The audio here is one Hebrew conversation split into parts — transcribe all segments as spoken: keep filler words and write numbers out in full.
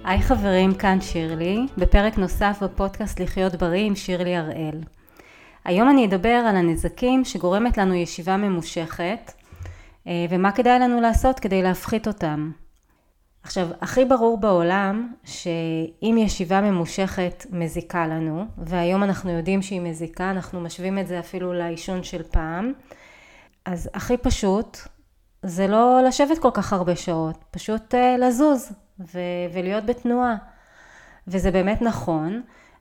היי חברים, כאן שירלי, בפרק נוסף בפודקאסט לחיות בריא עם שירלי הראל. היום אני אדבר על הנזקים שגורמת לנו ישיבה ממושכת, ומה כדאי לנו לעשות כדי להפחית אותם. עכשיו, הכי ברור בעולם שאם ישיבה ממושכת מזיקה לנו, והיום אנחנו יודעים שהיא מזיקה, אנחנו משווים את זה אפילו לעישון של פעם, אז הכי פשוט זה לא לשבת כל כך הרבה שעות, פשוט לזוז ו- ולהיות בתנועה. וזה באמת נכון,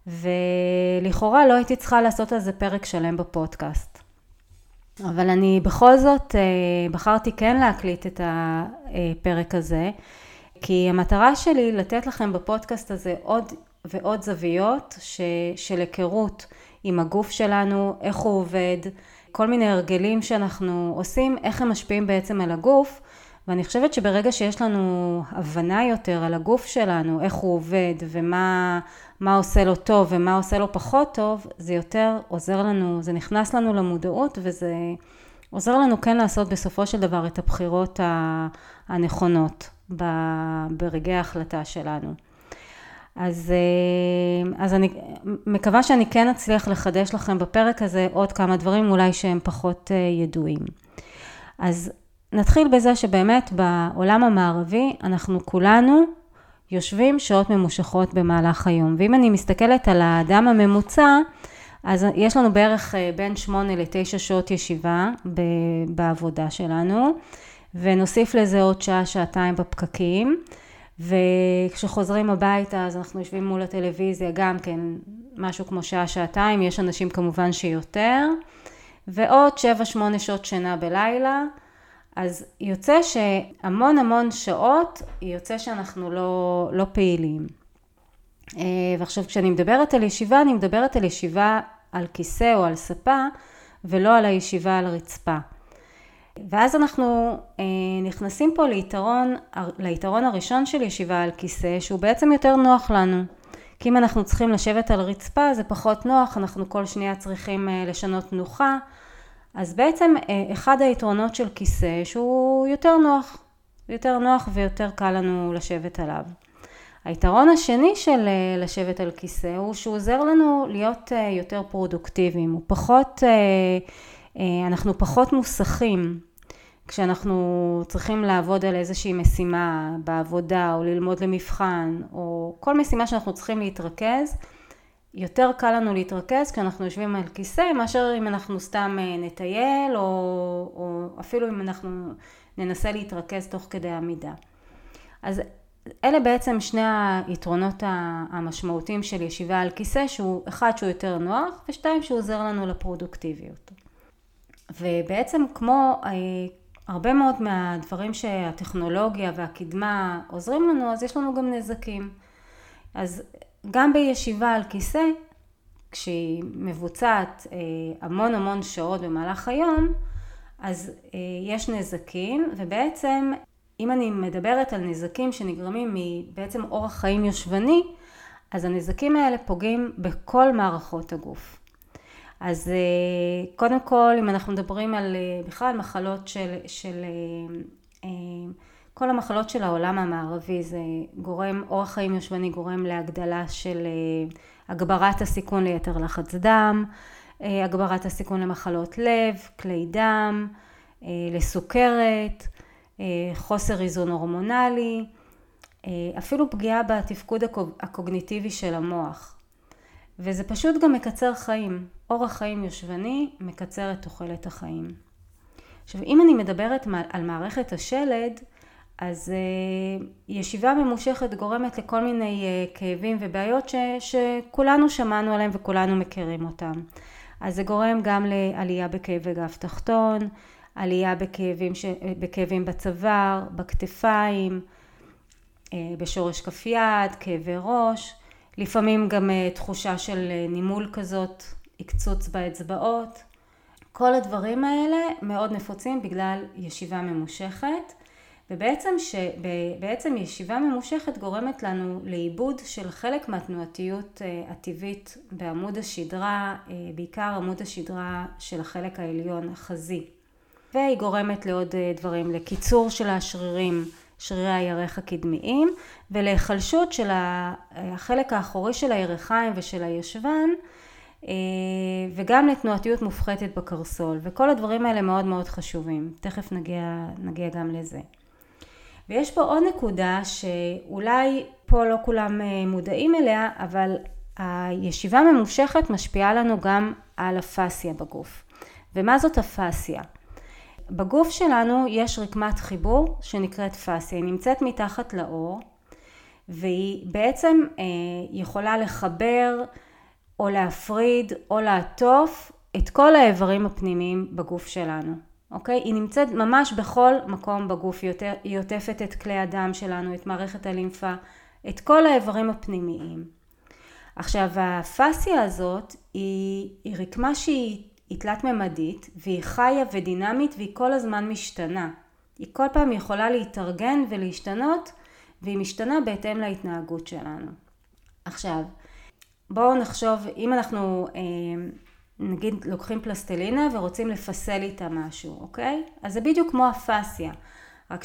ולכאורה לא הייתי צריכה לעשות על זה פרק שלם בפודקאסט. אבל אני בכל זאת בחרתי כן להקליט את הפרק הזה, כי המטרה שלי לתת לכם בפודקאסט הזה עוד ועוד זוויות ש- של היכרות עם הגוף שלנו, איך הוא עובד, כל מיני הרגלים שאנחנו עושים, איך הם משפיעים בעצם על הגוף, ואני חושבת שברגע שיש לנו הבנה יותר על הגוף שלנו, איך הוא עובד ומה מה עושה לו טוב ומה עושה לו פחות טוב, זה יותר עוזר לנו, זה נכנס לנו למודעות וזה עוזר לנו כן לעשות בסופו של דבר את הבחירות הנכונות ברגעי ההחלטה שלנו. אז, אז אני מקווה שאני כן אצליח לחדש לכם בפרק הזה עוד כמה דברים אולי שהם פחות ידועים. אז נתחיל בזה שבאמת בעולם המערבי אנחנו כולנו יושבים שעות ממושכות במהלך היום. ואם אני מסתכלת על האדם הממוצע, אז יש לנו בערך בין שמונה לתשע שעות ישיבה בעבודה שלנו, ונוסיף לזה עוד שעה, שעתיים בפקקים. וכשחוזרים הביתה אז אנחנו יושבים מול הטלוויזיה גם כן משהו כמו שעה, שעתיים, יש אנשים כמובן שיותר, ועוד שבע, שמונה שעות שינה בלילה, אז יוצא שהמון המון שעות יוצא שאנחנו לא, לא פעילים. ועכשיו כשאני מדברת על ישיבה, אני מדברת על ישיבה על כיסא או על ספה, ולא על הישיבה על הרצפה. ואז אנחנו אה, נכנסים פה ליתרון, ליתרון הראשון של ישיבה על כיסא, שהוא בעצם יותר נוח לנו. כי אם אנחנו צריכים לשבת על רצפה, זה פחות נוח, אנחנו כל שנייה צריכים אה, לשנות תנוחה. אז בעצם אה, אחד היתרונות של כיסא, שהוא יותר נוח, יותר נוח ויותר קל לנו לשבת עליו. היתרון השני של אה, לשבת על כיסא, הוא שהוא עוזר לנו להיות אה, יותר פרודוקטיביים, הוא פחות... אה, אנחנו פחות מוסכים כשאנחנו צריכים לעבוד על איזושהי משימה בעבודה או ללמוד למבחן או כל משימה שאנחנו צריכים להתרכז, יותר קל לנו להתרכז כשאנחנו יושבים על כיסא מאשר אם אנחנו סתם נטייל או, או אפילו אם אנחנו ננסה להתרכז תוך כדי עמידה. אז אלה בעצם שני היתרונות המשמעותיים של ישיבה על כיסא, שהוא אחד שהוא יותר נוח ושתיים שהוא עוזר לנו לפרודוקטיביות. ובעצם כמו אה, הרבה מאוד מהדברים שהטכנולוגיה והקדמה עוזרים לנו, אז יש לנו גם נזקים. אז גם בישיבה על כיסא, כשהיא מבוצעת אה, המון המון שעות במהלך היום, אז אה, יש נזקים, ובעצם אם אני מדברת על נזקים שנגרמים מבעצם אורח חיים יושבני, אז הנזקים האלה פוגעים בכל מערכות הגוף. אז קודם כל, אם אנחנו מדברים על בכלל מחלות של, של כל המחלות של העולם המערבי, זה גורם, אורח חיים יושבני גורם להגדלה של הגברת הסיכון ליתר לחץ דם, הגברת הסיכון למחלות לב, כלי דם, לסוכרת, חוסר איזון הורמונלי, אפילו פגיעה בתפקוד הקוגניטיבי של המוח. וזה פשוט גם מקצר חיים. אורח חיים יושבני מקצר את תוחלת החיים. עכשיו, אם אני מדברת על מערכת השלד, אז ישיבה ממושכת גורמת לכל מיני כאבים ובעיות ש, שכולנו שמענו עליהם וכולנו מכירים אותם. אז זה גורם גם לעלייה בכאבי גב תחתון, עלייה בכאבים, ש, בכאבים בצוואר, בכתפיים, בשורש כף יד, כאבי ראש, לפעמים גם תחושה של נימול כזאת, עקצוץ באצבעות. כל הדברים האלה מאוד נפוצים בגלל ישיבה ממושכת, ובעצם שבעצם ישיבה ממושכת גורמת לנו לאיבוד של חלק מהתנועתיות הטבעית בעמוד השדרה, בעיקר עמוד השדרה של החלק העליון, החזי. והיא גורמת לעוד דברים, לקיצור של השרירים שרירי הירך הקדמיים, ולהיחלשות של החלק האחורי של הירכיים ושל הישבן, וגם לתנועתיות מופחתת בקרסול, וכל הדברים האלה מאוד מאוד חשובים. תכף נגיע, נגיע גם לזה. ויש פה עוד נקודה שאולי פה לא כולם מודעים אליה, אבל הישיבה ממושכת משפיעה לנו גם על הפסיה בגוף. ומה זאת הפסיה? בגוף שלנו יש רקמת חיבור שנקראת פסיה, היא נמצאת מתחת לאור, והיא בעצם אה, יכולה לחבר או להפריד או לעטוף את כל האיברים הפנימיים בגוף שלנו. אוקיי? היא נמצאת ממש בכל מקום בגוף, היא עוטפת את כלי הדם שלנו, את מערכת הלימפה, את כל האיברים הפנימיים. עכשיו, הפסיה הזאת היא, היא רקמה שהיא היא תלת ממדית, והיא חיה ודינמית, והיא כל הזמן משתנה. היא כל פעם יכולה להתארגן ולהשתנות, והיא משתנה בהתאם להתנהגות שלנו. עכשיו, בואו נחשוב, אם אנחנו אה, נגיד לוקחים פלסטלינה ורוצים לפסל איתה משהו, אוקיי? אז זה בדיוק כמו הפסיה, רק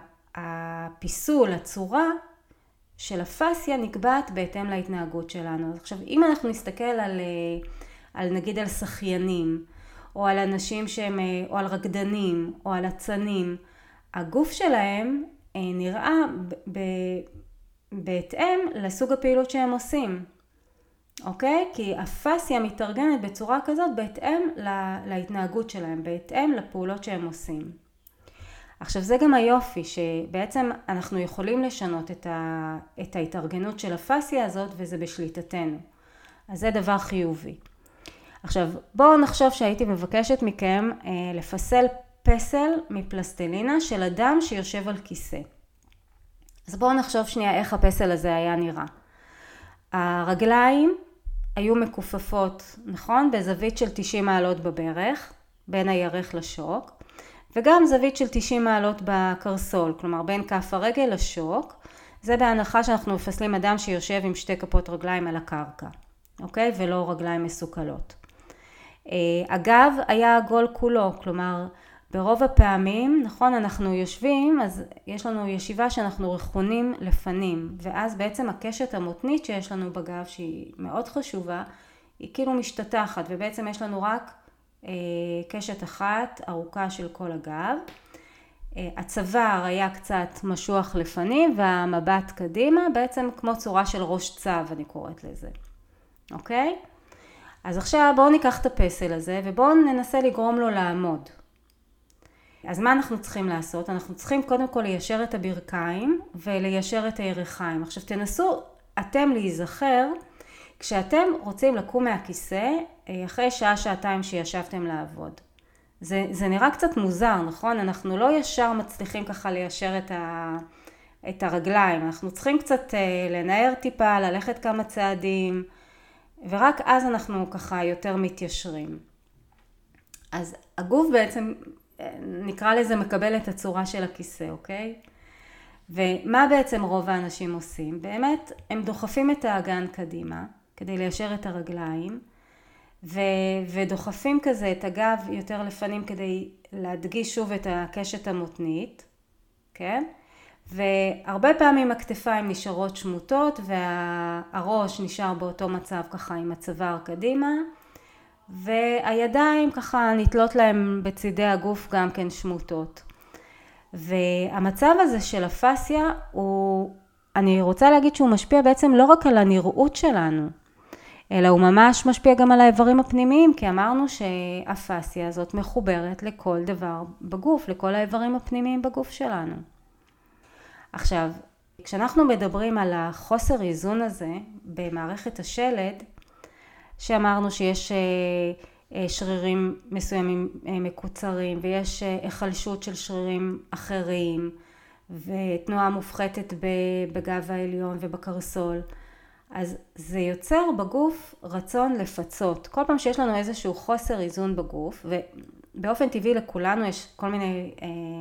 שהפיסול, הצורה של הפסיה נקבעת בהתאם להתנהגות שלנו. עכשיו, אם אנחנו נסתכל על, על נגיד על שחיינים, או על אנשים שהם, או על רקדנים, או על אצנים, הגוף שלהם נראה ב, ב, בהתאם לסוג הפעילות שהם עושים. אוקיי? כי הפסיה מתארגנת בצורה כזאת בהתאם להתנהגות שלהם, בהתאם לפעולות שהם עושים. עכשיו זה גם היופי, שבעצם אנחנו יכולים לשנות את, ה, את ההתארגנות של הפסיה הזאת, וזה בשליטתנו. אז זה דבר חיובי. עכשיו בואו נחשוב שהייתי מבקשת מכם אה, לפסל פסל מפלסטלינה של אדם שיושב על כיסא. אז בואו נחשוב שנייה איך הפסל הזה היה נראה. הרגליים היו מקופפות, נכון? בזווית של תשעים מעלות בברך, בין הירך לשוק, וגם זווית של תשעים מעלות בקרסול, כלומר בין כף הרגל לשוק. זה בהנחה שאנחנו מפסלים אדם שיושב עם שתי כפות רגליים על הקרקע, אוקיי? ולא רגליים מסוכלות. הגב היה עגול כולו, כלומר ברוב הפעמים, נכון, אנחנו יושבים, אז יש לנו ישיבה שאנחנו רכונים לפנים, ואז בעצם הקשת המותנית שיש לנו בגב, שהיא מאוד חשובה, היא כאילו משתתחת, ובעצם יש לנו רק אה, קשת אחת ארוכה של כל הגב. אה, הצוואר היה קצת משוח לפנים, והמבט קדימה, בעצם כמו צורה של ראש צב, אני קוראת לזה. אוקיי? אז עכשיו בואו ניקח את הפסל הזה, ובואו ננסה לגרום לו לעמוד. אז מה אנחנו צריכים לעשות? אנחנו צריכים קודם כל ליישר את הברכיים וליישר את הירכיים. עכשיו תנסו אתם להיזכר כשאתם רוצים לקום מהכיסא אחרי שעה שעתיים שישבתם לעבוד. זה, זה נראה קצת מוזר, נכון? אנחנו לא ישר מצליחים ככה ליישר את, ה, את הרגליים. אנחנו צריכים קצת לנער טיפה, ללכת כמה צעדים, ורק אז אנחנו ככה יותר מתיישרים. אז הגוף בעצם נקרא לזה מקבל את הצורה של הכיסא, אוקיי? ומה בעצם רוב האנשים עושים? באמת הם דוחפים את האגן קדימה כדי ליישר את הרגליים, ו- ודוחפים כזה את הגב יותר לפנים כדי להדגיש שוב את הקשת המותנית, כן? והרבה פעמים הכתפיים נשארות שמוטות והראש נשאר באותו מצב ככה עם הצוואר קדימה, והידיים ככה נתלות להם בצידי הגוף גם כן שמוטות. והמצב הזה של הפסיה הוא, אני רוצה להגיד שהוא משפיע בעצם לא רק על הנראות שלנו, אלא הוא ממש משפיע גם על האיברים הפנימיים, כי אמרנו שהפסיה הזאת מחוברת לכל דבר בגוף, לכל האיברים הפנימיים בגוף שלנו. עכשיו, כשאנחנו מדברים על החוסר איזון הזה במערכת השלד, שאמרנו שיש שרירים מסוימים מקוצרים ויש החלשות של שרירים אחרים ותנועה מופחתת בגב העליון ובקרסול, אז זה יוצר בגוף רצון לפצות. כל פעם שיש לנו איזשהו חוסר איזון בגוף, ובאופן טבעי לכולנו יש כל מיני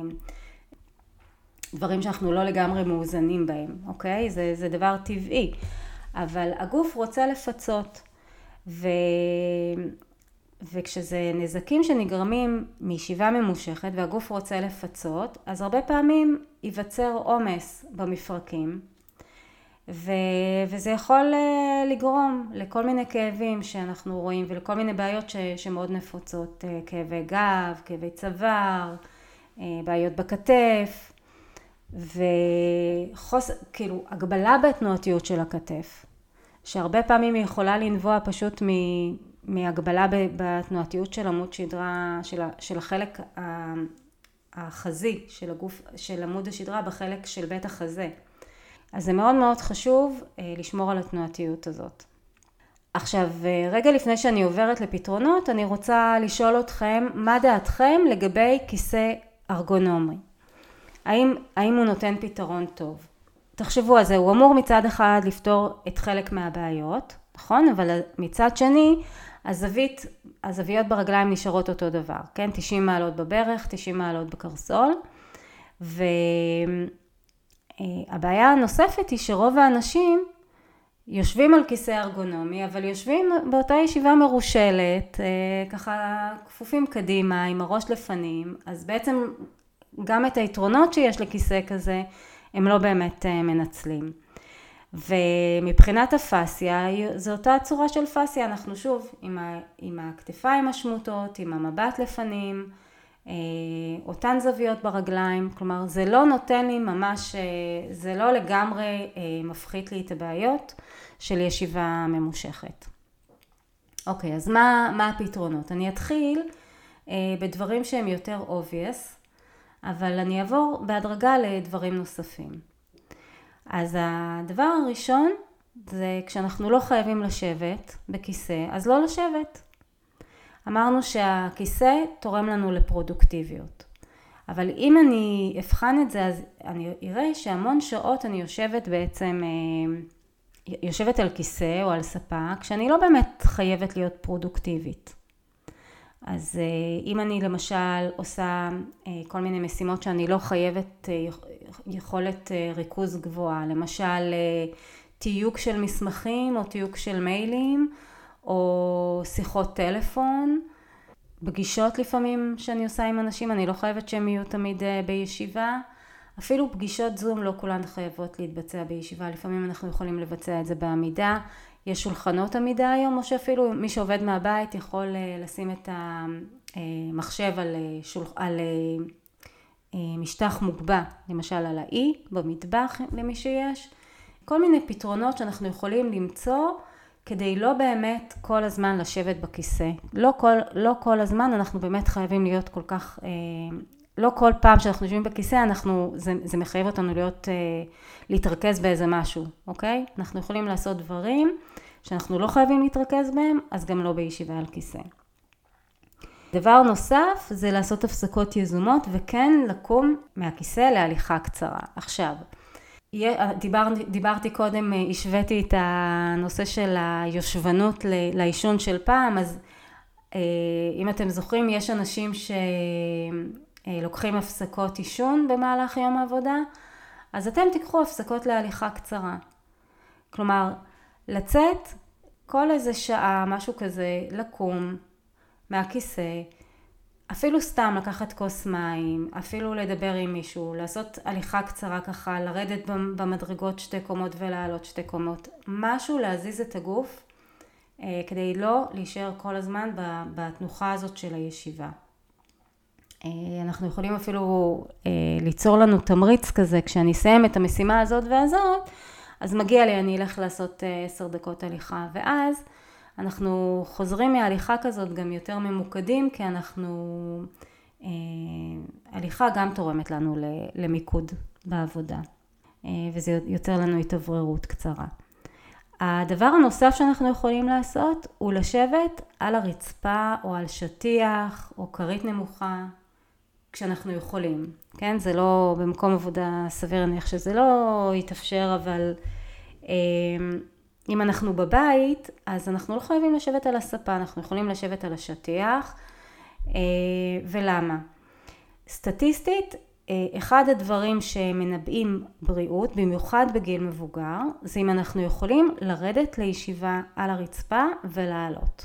דברים שאנחנו לא לגמרי מאוזנים בהם, אוקיי? זה, זה דבר טבעי, אבל הגוף רוצה לפצות. ו... וכשזה נזקים שנגרמים מישיבה ממושכת והגוף רוצה לפצות, אז הרבה פעמים ייווצר עומס במפרקים, ו... וזה יכול לגרום לכל מיני כאבים שאנחנו רואים ולכל מיני בעיות ש... שמאוד נפוצות, כאבי גב, כאבי צוואר, בעיות בכתף, וחוס... כאילו הגבלה בתנועתיות של הכתף, שהרבה פעמים היא יכולה לנבוע פשוט מ... מהגבלה בתנועתיות של עמוד שדרה, של, של החלק החזי של הגוף, של עמוד השדרה בחלק של בית החזה. אז זה מאוד מאוד חשוב לשמור על התנועתיות הזאת. עכשיו, רגע לפני שאני עוברת לפתרונות, אני רוצה לשאול אתכם, מה דעתכם לגבי כיסא ארגונומי? האם, האם הוא נותן פתרון טוב? תחשבו על זה, הוא אמור מצד אחד לפתור את חלק מהבעיות, נכון? אבל מצד שני, הזווית, הזוויות ברגליים נשארות אותו דבר, כן? תשעים מעלות בברך, תשעים מעלות בקרסול, והבעיה הנוספת היא שרוב האנשים יושבים על כיסא ארגונומי, אבל יושבים באותה ישיבה מרושלת, ככה כפופים קדימה, עם הראש לפנים, אז בעצם גם את היתרונות שיש לכיסא כזה, הם לא באמת מנצלים. ומבחינת הפסיה, זו אותה צורה של פסיה, אנחנו שוב עם, ה, עם הכתפיים השמוטות, עם המבט לפנים, אותן זוויות ברגליים, כלומר זה לא נותן לי ממש, זה לא לגמרי מפחית לי את הבעיות של ישיבה ממושכת. אוקיי, אז מה, מה הפתרונות? אני אתחיל בדברים שהם יותר obvious, אבל אני אעבור בהדרגה לדברים נוספים. אז הדבר הראשון זה כשאנחנו לא חייבים לשבת בכיסא, אז לא לשבת. אמרנו שהכיסא תורם לנו לפרודוקטיביות. אבל אם אני אבחן את זה, אז אני אראה שהמון שעות אני יושבת בעצם, יושבת על כיסא או על ספה, כשאני לא באמת חייבת להיות פרודוקטיבית. אז אם אני למשל עושה כל מיני משימות שאני לא חייבת יכולת ריכוז גבוהה, למשל תיוק של מסמכים או תיוק של מיילים או שיחות טלפון, פגישות לפעמים שאני עושה עם אנשים, אני לא חייבת שהם יהיו תמיד בישיבה, אפילו פגישות זום לא כולן חייבות להתבצע בישיבה, לפעמים אנחנו יכולים לבצע את זה בעמידה, יש שולחנות עמידה היום, או שאפילו מי שעובד מהבית יכול לשים את המחשב על, שול... על משטח מוגבע, למשל על האי, במטבח למי שיש. כל מיני פתרונות שאנחנו יכולים למצוא כדי לא באמת כל הזמן לשבת בכיסא. לא כל, לא כל הזמן אנחנו באמת חייבים להיות כל כך, לא כל פעם שאנחנו יושבים בכיסא, אנחנו, זה, זה מחייב אותנו להיות, להתרכז באיזה משהו, אוקיי? אנחנו יכולים לעשות דברים שאנחנו לא חייבים להתרכז בהם, אז גם לא בישיבה על כיסא. דבר נוסף זה לעשות הפסקות יזומות וכן לקום מהכיסא להליכה קצרה. עכשיו, דיבר, דיברתי קודם, השוויתי את הנושא של היושבנות לאישון של פעם, אז אם אתם זוכרים, יש אנשים שלוקחים הפסקות אישון במהלך יום העבודה, אז אתם תיקחו הפסקות להליכה קצרה. כלומר, לצאת כל איזה שעה, משהו כזה, לקום מהכיסא, אפילו סתם לקחת כוס מים, אפילו לדבר עם מישהו, לעשות הליכה קצרה ככה, לרדת במדרגות שתי קומות ולעלות שתי קומות, משהו להזיז את הגוף, אה, כדי לא להישאר כל הזמן בתנוחה הזאת של הישיבה. אה, אנחנו יכולים אפילו אה, ליצור לנו תמריץ כזה, כשאני אסיים את המשימה הזאת והזאת, אז מגיע לי, אני אלך לעשות עשר דקות הליכה, ואז אנחנו חוזרים מההליכה כזאת גם יותר ממוקדים, כי אנחנו, אה, הליכה גם תורמת לנו למיקוד בעבודה, אה, וזה יוצר לנו התאווררות קצרה. הדבר הנוסף שאנחנו יכולים לעשות, הוא לשבת על הרצפה, או על שטיח, או כרית נמוכה, כשאנחנו יכולים. כן? זה לא במקום עבודה סביר, אני חושב שזה לא יתאפשר, אבל אה, אם אנחנו בבית, אז אנחנו לא חייבים לשבת על הספה, אנחנו יכולים לשבת על השטיח. אה, ולמה? סטטיסטית, אה, אחד הדברים שמנבאים בריאות, במיוחד בגיל מבוגר, זה אם אנחנו יכולים לרדת לישיבה על הרצפה ולעלות.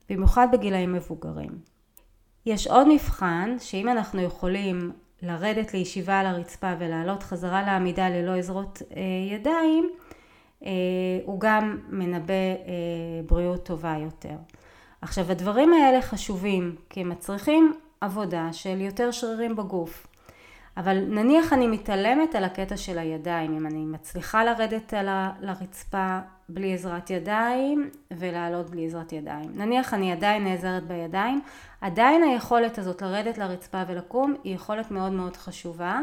במיוחד בגילאים מבוגרים. יש עוד מבחן שאם אנחנו יכולים לרדת לישיבה על הרצפה ולעלות חזרה לעמידה ללא עזרות ידיים, הוא גם מנבא בריאות טובה יותר. עכשיו הדברים האלה חשובים כי הם מצריכים עבודה של יותר שרירים בגוף. אבל נניח אני מתעלמת על הקטע של הידיים, אם אני מצליחה לרדת על הרצפה בלי עזרת ידיים ולעלות בלי עזרת ידיים. נניח אני עדיין נעזרת בידיים, עדיין היכולת הזאת לרדת לרצפה ולקום היא יכולת מאוד מאוד חשובה,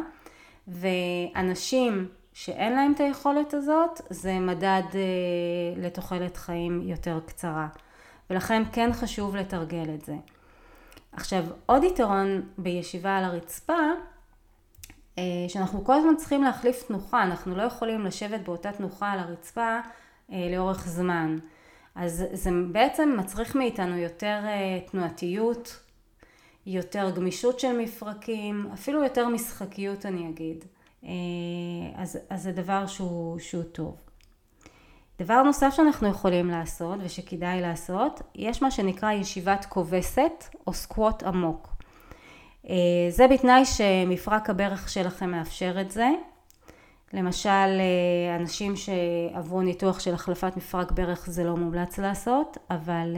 ואנשים שאין להם את היכולת הזאת זה מדד לתוחלת חיים יותר קצרה, ולכן כן חשוב לתרגל את זה. עכשיו עוד יתרון בישיבה על הרצפה, שאנחנו כל הזמן צריכים להחליף תנוחה, אנחנו לא יכולים לשבת באותה תנוחה על הרצפה לאורך זמן. אז זה בעצם מצריך מאיתנו יותר תנועתיות, יותר גמישות של מפרקים, אפילו יותר משחקיות אני אגיד. אז, אז זה דבר שהוא, שהוא טוב. דבר נוסף שאנחנו יכולים לעשות ושכדאי לעשות, יש מה שנקרא ישיבת כובסת או סקווט עמוק. זה בתנאי שמפרק הברך שלכם מאפשר את זה. למשל, אנשים שעברו ניתוח של החלפת מפרק ברך זה לא מומלץ לעשות, אבל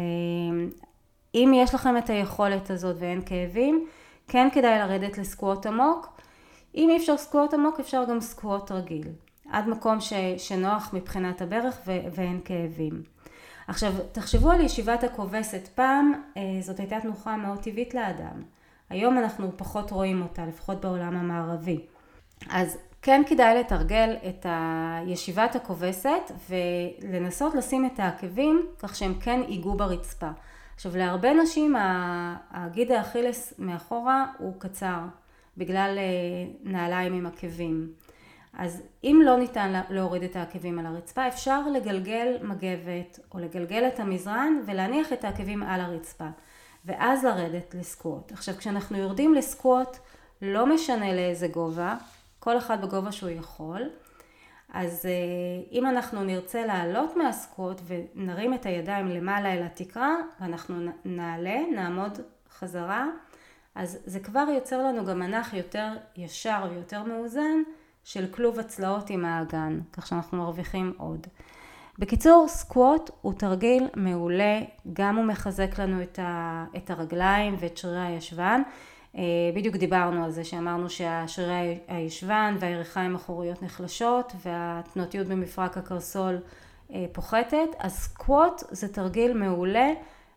אם יש לכם את היכולת הזאת ואין כאבים, כן כדאי לרדת לסקווט עמוק. אם אי אפשר סקווט עמוק, אפשר גם סקווט רגיל, עד מקום ש, שנוח מבחינת הברך ו, ואין כאבים. עכשיו, תחשבו על ישיבת הכובסת. פעם זאת הייתה תנוחה מאוד טבעית לאדם. היום אנחנו פחות רואים אותה, לפחות בעולם המערבי. אז כן כדאי לתרגל את הישיבת הכובסת ולנסות לשים את העקבים כך שהם כן ייגעו ברצפה. עכשיו להרבה נשים הגיד האכילס מאחורה הוא קצר בגלל נעליים עם עקבים. אז אם לא ניתן להוריד את העקבים על הרצפה, אפשר לגלגל מגבת או לגלגל את המזרן ולהניח את העקבים על הרצפה. ואז לרדת לסקווט. עכשיו כשאנחנו יורדים לסקווט, לא משנה לאיזה גובה, כל אחד בגובה שהוא יכול, אז אם אנחנו נרצה לעלות מהסקווט ונרים את הידיים למעלה אל התקרה, ואנחנו נעלה, נעמוד חזרה, אז זה כבר יוצר לנו גם מנח יותר ישר ויותר מאוזן של כלוב הצלעות עם האגן, כך שאנחנו מרוויחים עוד. בקיצור, סקווט הוא תרגיל מעולה, גם הוא מחזק לנו את, ה, את הרגליים ואת שרירי הישבן. בדיוק דיברנו על זה שאמרנו שהשרירי הישבן והירכיים האחוריות נחלשות והתנועתיות במפרק הקרסול פוחתת. אז סקווט זה תרגיל מעולה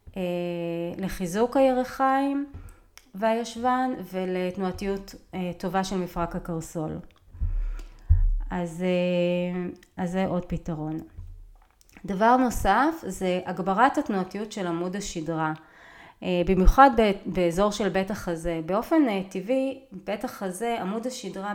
לחיזוק הירכיים והישבן ולתנועתיות טובה של מפרק הקרסול. אז, אז זה עוד פתרון. דבר נוסף זה הגברת התנועתיות של עמוד השדרה. במיוחד באזור של בית החזה. באופן טבעי, בית החזה, עמוד השדרה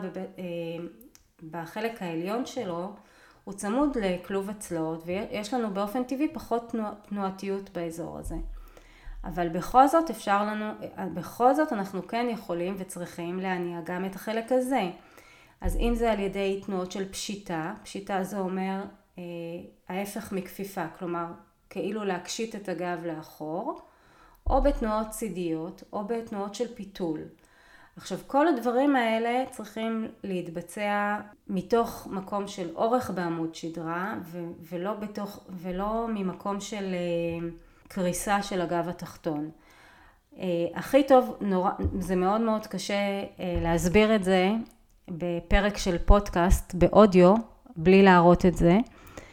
בחלק העליון שלו, הוא צמוד לכלוב הצלעות, ויש לנו באופן טבעי פחות תנועתיות באזור הזה. אבל בכל זאת אפשר לנו, בכל זאת אנחנו כן יכולים וצריכים להניע גם את החלק הזה. אז אם זה על ידי תנועות של פשיטה, פשיטה זה אומר אה, ההפך מכפיפה, כלומר כאילו להקשיט את הגב לאחור, או בתנועות צידיות, או בתנועות של פיתול. עכשיו כל הדברים האלה צריכים להתבצע מתוך מקום של אורך בעמוד שדרה, ו- ולא, בתוך, ולא ממקום של אה, קריסה של הגב התחתון. אה, הכי טוב, נורא, זה מאוד מאוד קשה אה, להסביר את זה בפרק של פודקאסט, באודיו, בלי להראות את זה.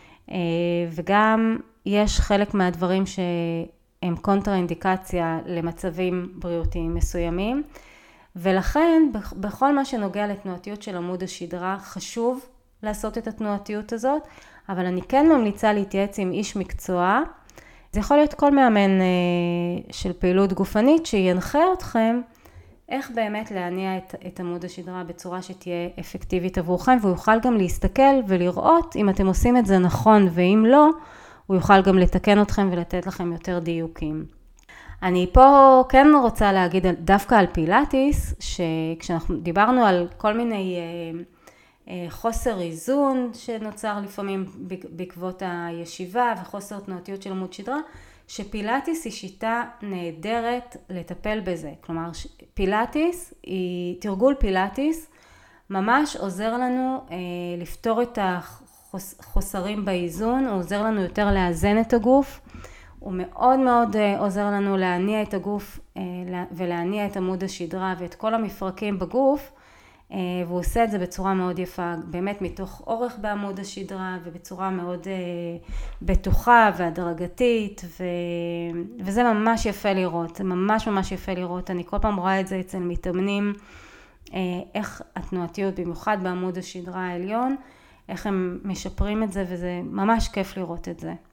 וגם יש חלק מהדברים שהם קונטרה-אינדיקציה למצבים בריאותיים מסוימים. ולכן, בכל מה שנוגע לתנועתיות של עמוד השדרה, חשוב לעשות את התנועתיות הזאת, אבל אני כן ממליצה להתייעץ עם איש מקצוע. זה יכול להיות כל מאמן של פעילות גופנית שינחה אתכם איך באמת להניע את, את עמוד השדרה בצורה שתהיה אפקטיבית עבורכם, והוא יוכל גם להסתכל ולראות אם אתם עושים את זה נכון, ואם לא, הוא יוכל גם לתקן אתכם ולתת לכם יותר דיוקים. אני פה כן רוצה להגיד דווקא על פילאטיס, שכשאנחנו דיברנו על כל מיני חוסר איזון שנוצר לפעמים בעקבות הישיבה וחוסר תנועתיות של עמוד שדרה, שפילאטיס היא שיטה נהדרת לטפל בזה. כלומר, פילאטיס, היא, תרגול פילאטיס ממש עוזר לנו אה, לפתור את החוסרים באיזון, הוא עוזר לנו יותר לאזן את הגוף, הוא מאוד מאוד אה, עוזר לנו להניע את הגוף אה, ולהניע את עמוד השדרה ואת כל המפרקים בגוף, אה, והוא עושה את זה בצורה מאוד יפה, באמת מתוך אורך בעמוד השדרה ובצורה מאוד אה, בטוחה והדרגתית, ו... וזה ממש יפה לראות, זה ממש ממש יפה לראות, אני כל פעם רואה את זה אצל מתאמנים, איך התנועתיות, במיוחד בעמוד השדרה העליון, איך הם משפרים את זה, וזה ממש כיף לראות את זה.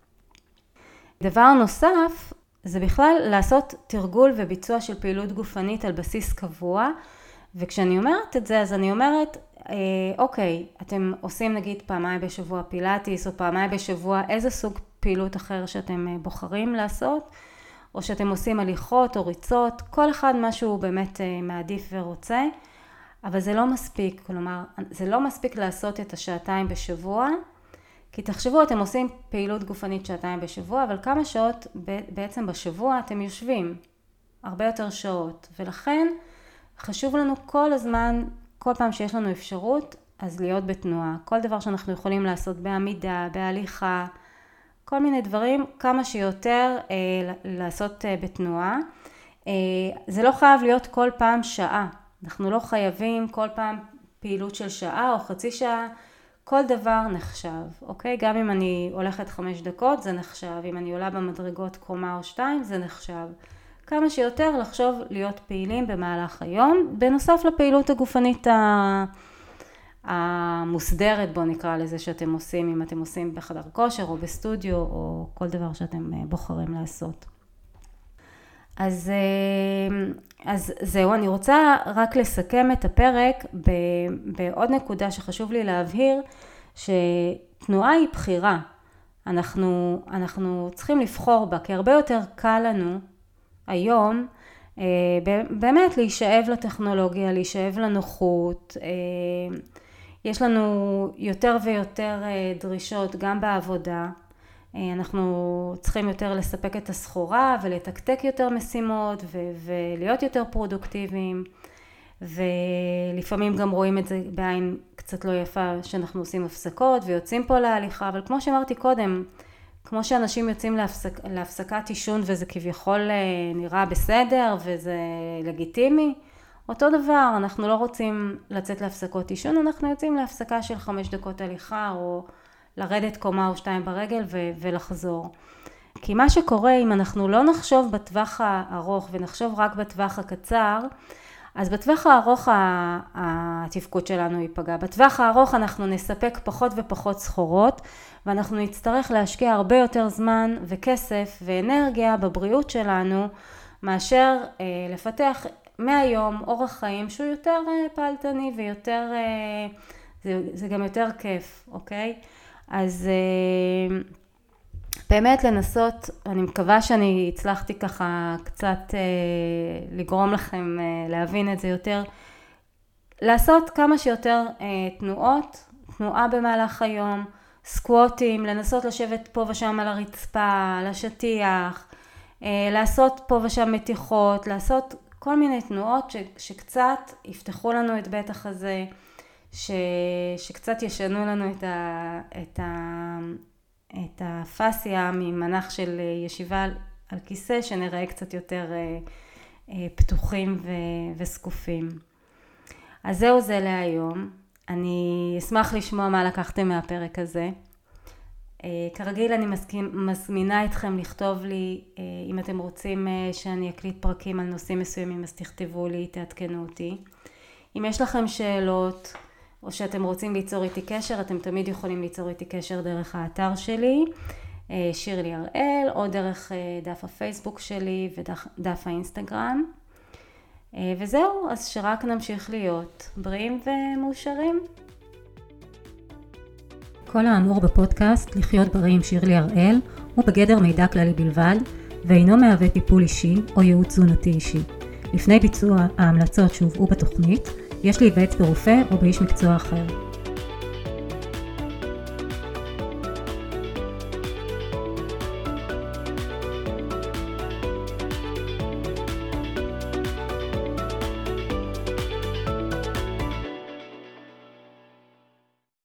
דבר נוסף, זה בכלל לעשות תרגול וביצוע של פעילות גופנית על בסיס קבוע, וכשאני אומרת את זה, אז אני אומרת, אוקיי, אתם עושים נגיד פעמיים בשבוע פילאטיס, או פעמיים בשבוע איזה סוג פעילות אחר שאתם בוחרים לעשות, או שאתם עושים הליכות או ריצות, כל אחד מה שהוא באמת מעדיף ורוצה, אבל זה לא מספיק, כלומר, זה לא מספיק לעשות את השעתיים בשבוע, כי תחשבו, אתם עושים פעילות גופנית שעתיים בשבוע, אבל כמה שעות בעצם בשבוע אתם יושבים, הרבה יותר שעות, ולכן חשוב לנו כל הזמן, כל פעם שיש לנו אפשרות, אז להיות בתנועה. כל דבר שאנחנו יכולים לעשות בעמידה, בהליכה, כל מיני דברים, כמה שיותר אה, לעשות אה, בתנועה. אה, זה לא חייב להיות כל פעם שעה. אנחנו לא חייבים כל פעם פעילות של שעה או חצי שעה. כל דבר נחשב, אוקיי? גם אם אני הולכת חמש דקות, זה נחשב. אם אני עולה במדרגות קומה או שתיים, זה נחשב. כמה שיותר לחשוב להיות פעילים במהלך היום, בנוסף לפעילות הגופנית ה... המוסדרת, בוא נקרא לזה, שאתם עושים, אם אתם עושים בחדר כושר או בסטודיו או כל דבר שאתם בוחרים לעשות. אז, אז זהו, אני רוצה רק לסכם את הפרק בעוד נקודה שחשוב לי להבהיר, שתנועה היא בחירה. אנחנו, אנחנו צריכים לבחור בה, כי הרבה יותר קל לנו היום, באמת להישאב לטכנולוגיה, להישאב לנוחות, יש לנו יותר ויותר דרישות גם בעבודה, אנחנו צריכים יותר לספק את הסחורה ולתקתק יותר משימות ו- ולהיות יותר פרודוקטיביים, ולפעמים גם רואים את זה בעין קצת לא יפה שאנחנו עושים הפסקות ויוצאים פה להליכה, אבל כמו שאמרתי קודם, כמו שאנשים יוצאים להפסק, להפסקת עישון וזה כביכול נראה בסדר וזה לגיטימי, אותו דבר, אנחנו לא רוצים לצאת להפסקות עישון, אנחנו יוצאים להפסקה של חמש דקות הליכה או לרדת קומה או שתיים ברגל ו- ולחזור. כי מה שקורה אם אנחנו לא נחשוב בטווח הארוך ונחשוב רק בטווח הקצר, אז בטווח הארוך התפקוד שלנו ייפגע. בטווח הארוך אנחנו נספק פחות ופחות סחורות, ואנחנו נצטרך להשקיע הרבה יותר זמן וכסף ואנרגיה בבריאות שלנו, מאשר אה, לפתח מהיום אורח חיים שהוא יותר אה, פעלתני ויותר, אה, זה, זה גם יותר כיף, אוקיי? אז אה, באמת לנסות, אני מקווה שאני הצלחתי ככה קצת אה, לגרום לכם אה, להבין את זה יותר, לעשות כמה שיותר אה, תנועות, תנועה במהלך היום, סקווטים, לנסות לשבת פה ושם על הרצפה, על השטיח, אה, לעשות פה ושם מתיחות, לעשות כל מיני תנועות ש, שקצת יפתחו לנו את בית החזה, ש, שקצת ישנו לנו את ה... את ה את הפסיה ממנח של ישיבה על כיסא, שנראה קצת יותר פתוחים וסקופים. אז זהו זה להיום. אני אשמח לשמוע מה לקחתם מהפרק הזה. כרגיל אני מזמינה אתכם לכתוב לי, אם אתם רוצים שאני אקליט פרקים על נושאים מסוימים, אז תכתבו לי, תעדכנו אותי. אם יש לכם שאלות, או שאתם רוצים ליצור איתי קשר, אתם תמיד יכולים ליצור איתי קשר דרך האתר שלי, שירלי הראל, או דרך דף הפייסבוק שלי ודף האינסטגרם. וזהו, אז שרק נמשיך להיות בריאים ומאושרים. כל האמור בפודקאסט לחיות בריא עם שירלי הראל הוא בגדר מידע כללי בלבד, ואינו מהווה טיפול אישי או ייעוץ תזונתי אישי. לפני ביצוע ההמלצות שהובאו בתוכנית, יש להיוועץ ברופא או באיש מקצוע אחר.